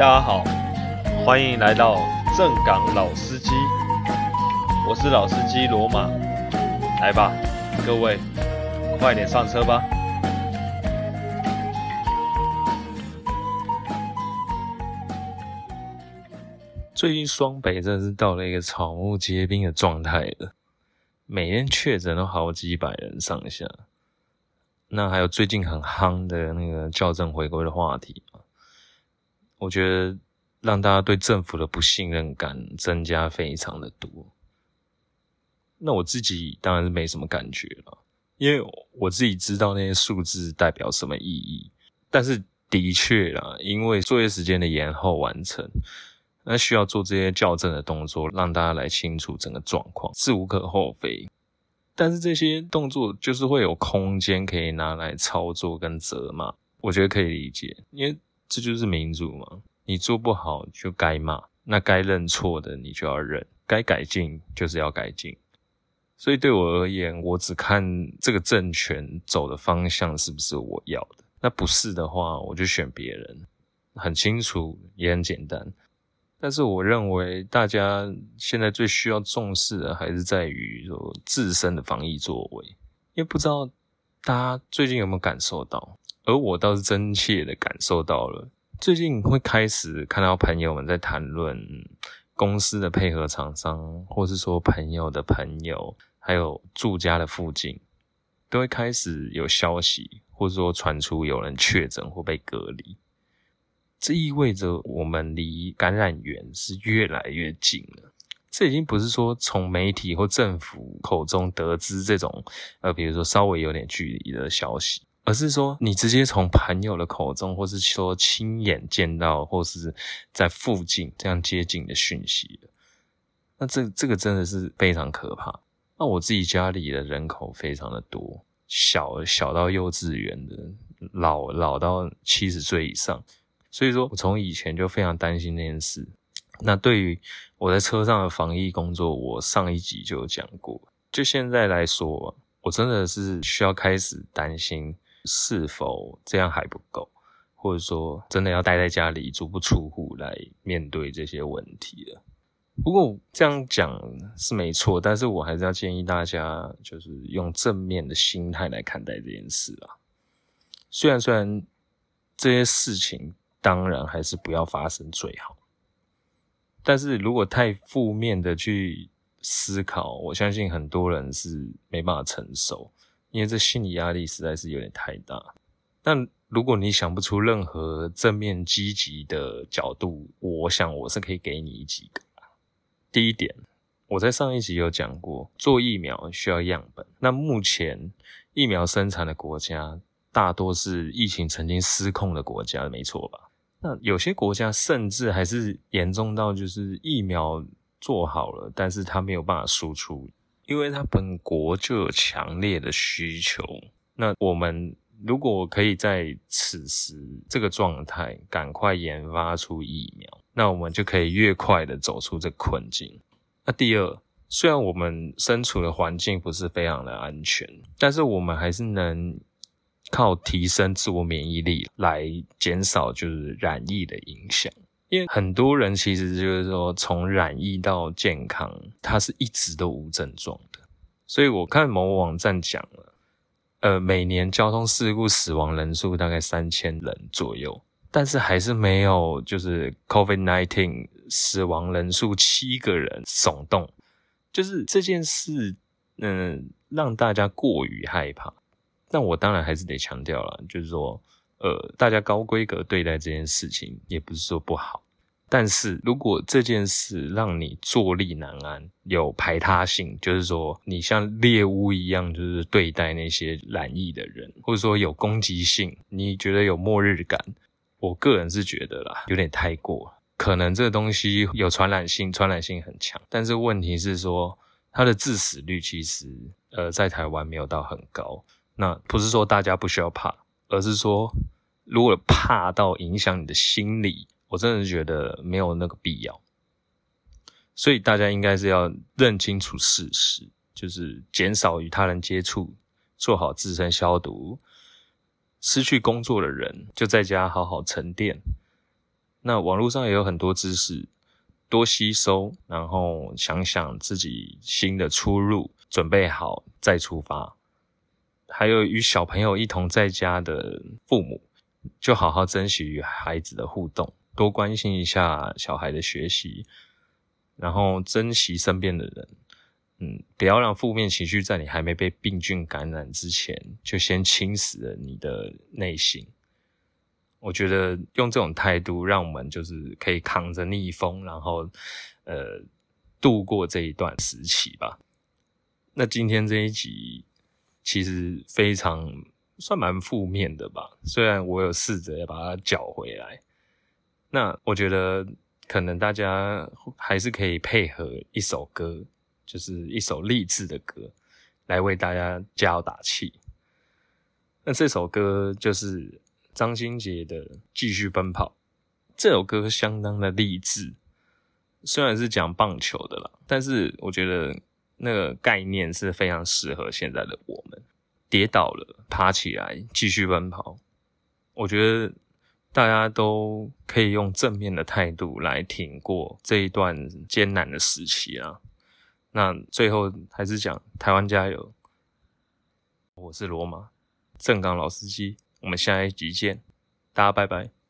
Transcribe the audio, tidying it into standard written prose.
大家好，欢迎来到正港老司机，我是老司机罗马，来吧，各位，快点上车吧。最近双北真的是到了一个草木皆兵的状态了，每天确诊都好几百人上下。那还有最近很夯的那个校正回归的话题，我觉得让大家对政府的不信任感增加非常的多。那我自己当然是没什么感觉了，因为我自己知道那些数字代表什么意义。但是的确啦，因为作业时间的延后完成，那需要做这些校正的动作，让大家来清楚整个状况，是无可厚非。但是这些动作就是会有空间可以拿来操作跟责骂，我觉得可以理解，因为这就是民主嘛，你做不好就该骂，那该认错的你就要认，该改进就是要改进。所以对我而言，我只看这个政权走的方向是不是我要的，那不是的话我就选别人，很清楚也很简单。但是我认为大家现在最需要重视的还是在于说自身的防疫作为，因为不知道大家最近有没有感受到，而我倒是真切的感受到了。最近会开始看到朋友们在谈论公司的配合厂商，或是说朋友的朋友，还有住家的附近，都会开始有消息，或者说传出有人确诊或被隔离。这意味着我们离感染源是越来越近了。这已经不是说从媒体或政府口中得知这种比如说稍微有点距离的消息，而是说你直接从朋友的口中，或是说亲眼见到，或是在附近这样接近的讯息了。那这个真的是非常可怕。那我自己家里的人口非常的多，小到幼稚园的，老到70岁以上。所以说我从以前就非常担心这件事。那对于我在车上的防疫工作，我上一集就有讲过。就现在来说，我真的是需要开始担心是否这样还不够，或者说真的要待在家里足不出户来面对这些问题了。不过这样讲是没错，但是我还是要建议大家就是用正面的心态来看待这件事啦。虽然这些事情当然还是不要发生最好，但是如果太负面的去思考，我相信很多人是没办法承受，因为这心理压力实在是有点太大。但如果你想不出任何正面积极的角度，我想我是可以给你几个。第一点，我在上一集有讲过，做疫苗需要样本。那目前疫苗生产的国家大多是疫情曾经失控的国家，没错吧？那有些国家甚至还是严重到就是疫苗做好了，但是它没有办法输出，因为它本国就有强烈的需求。那我们如果可以在此时这个状态赶快研发出疫苗，那我们就可以越快的走出这个困境。那第二，虽然我们身处的环境不是非常的安全，但是我们还是能靠提升自我免疫力来减少就是染疫的影响。因为很多人其实就是说从染疫到健康，他是一直都无症状的。所以我看某网站讲了，每年交通事故死亡人数大概3000人左右，但是还是没有就是 COVID-19 死亡人数7个人耸动。就是这件事让大家过于害怕。但我当然还是得强调啦，就是说大家高规格对待这件事情也不是说不好，但是如果这件事让你坐立难安，有排他性，就是说你像猎物一样就是对待那些染疫的人，或者说有攻击性，你觉得有末日感，我个人是觉得啦有点太过。可能这个东西有传染性很强，但是问题是说它的致死率其实在台湾没有到很高。那不是说大家不需要怕，而是说如果怕到影响你的心理，我真的觉得没有那个必要。所以大家应该是要认清楚事实，就是减少与他人接触，做好自身消毒，失去工作的人就在家好好沉淀， 那网络上也有很多知识，多吸收，然后想想自己新的出路，准备好再出发。还有与小朋友一同在家的父母，就好好珍惜与孩子的互动，多关心一下小孩的学习，然后珍惜身边的人。不要让负面情绪在你还没被病菌感染之前，就先侵蚀了你的内心。我觉得用这种态度，让我们就是可以扛着逆风，然后度过这一段时期吧。那今天这一集其实非常算蛮负面的吧，虽然我有试着要把它搅回来。那我觉得可能大家还是可以配合一首歌，就是一首励志的歌，来为大家加油打气。那这首歌就是张新杰的《继续奔跑》。这首歌相当的励志，虽然是讲棒球的啦，但是我觉得那个概念是非常适合现在的我们。跌倒了，爬起来，继续奔跑。我觉得大家都可以用正面的态度来挺过这一段艰难的时期啊。那最后还是讲台湾加油。我是罗马正港老司机，我们下一集见，大家拜拜。